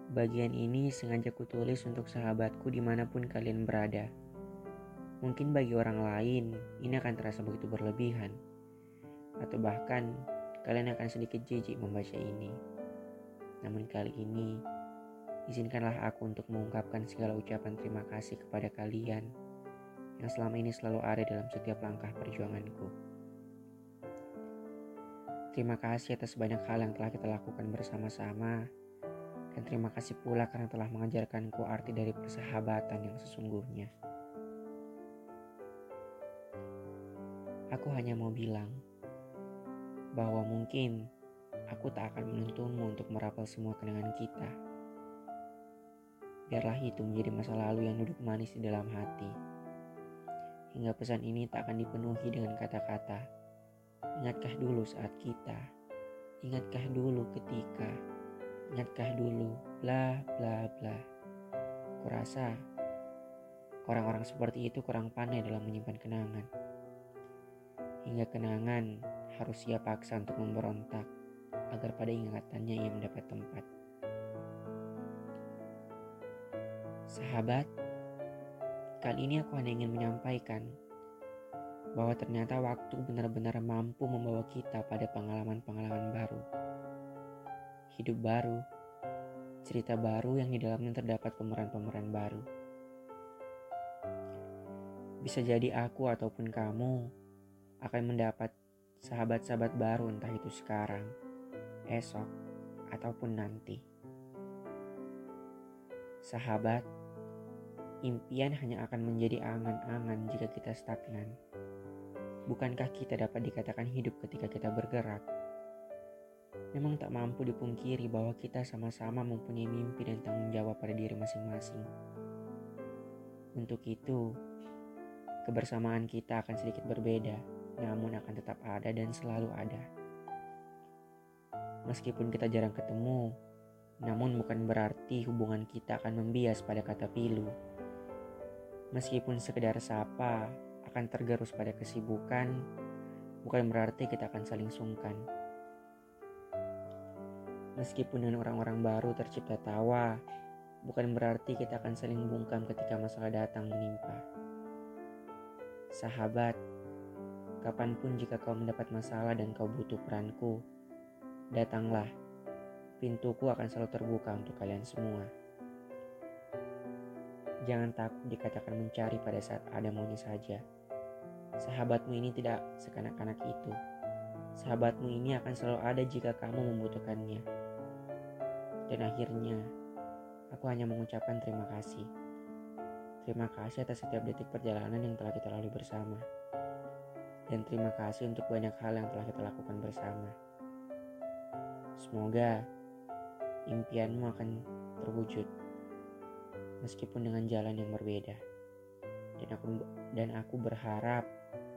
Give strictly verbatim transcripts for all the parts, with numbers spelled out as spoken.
Bagian ini sengaja kutulis untuk sahabatku dimanapun kalian berada. Mungkin bagi orang lain ini akan terasa begitu berlebihan. Atau bahkan kalian akan sedikit jijik membaca ini. Namun kali ini, izinkanlah aku untuk mengungkapkan segala ucapan terima kasih kepada kalian yang selama ini selalu ada dalam setiap langkah perjuanganku. Terima kasih atas banyak hal yang telah kita lakukan bersama-sama. Dan terima kasih pula karena telah mengajarkanku arti dari persahabatan yang sesungguhnya. Aku hanya mau bilang bahwa mungkin aku tak akan menuntunmu untuk merapal semua kenangan kita. Biarlah itu menjadi masa lalu yang duduk manis di dalam hati. Hingga pesan ini tak akan dipenuhi dengan kata-kata. Ingatkah dulu saat kita? Ingatkah dulu ketika? Ingatkah dulu bla bla bla. Kurasa orang-orang seperti itu kurang pandai dalam menyimpan kenangan. Hingga kenangan harus ia paksa untuk memberontak agar pada ingatannya ia mendapat tempat. Sahabat, kali ini aku hanya ingin menyampaikan bahwa ternyata waktu benar-benar mampu membawa kita pada pengalaman-pengalaman baru. Hidup baru, cerita baru yang di dalamnya terdapat pemeran-pemeran baru. Bisa jadi aku ataupun kamu akan mendapat sahabat-sahabat baru, entah itu sekarang, esok, ataupun nanti. Sahabat, impian hanya akan menjadi angan-angan jika kita stagnan. Bukankah kita dapat dikatakan hidup ketika kita bergerak? Memang tak mampu dipungkiri bahwa kita sama-sama mempunyai mimpi dan tanggung jawab pada diri masing-masing. Untuk itu, kebersamaan kita akan sedikit berbeda, namun akan tetap ada dan selalu ada. Meskipun kita jarang ketemu, namun bukan berarti hubungan kita akan membias pada kata pilu. Meskipun sekedar sapa akan tergerus pada kesibukan, bukan berarti kita akan saling sungkan. Meskipun dengan orang-orang baru tercipta tawa, bukan berarti kita akan saling bungkam ketika masalah datang menimpa. Sahabat, kapanpun jika kau mendapat masalah dan kau butuh peranku, datanglah. Pintuku akan selalu terbuka untuk kalian semua. Jangan takut dikatakan mencari pada saat ada maunya saja. Sahabatmu ini tidak sekanak-kanak itu. Sahabatmu ini akan selalu ada jika kamu membutuhkannya. Dan akhirnya, aku hanya mengucapkan terima kasih. Terima kasih atas setiap detik perjalanan yang telah kita lalui bersama. Dan terima kasih untuk banyak hal yang telah kita lakukan bersama. Semoga impianmu akan terwujud, meskipun dengan jalan yang berbeda. Dan aku, dan aku berharap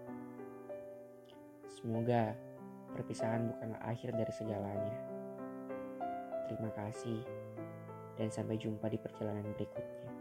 semoga perpisahan bukanlah akhir dari segalanya. Terima kasih dan sampai jumpa di perjalanan berikutnya.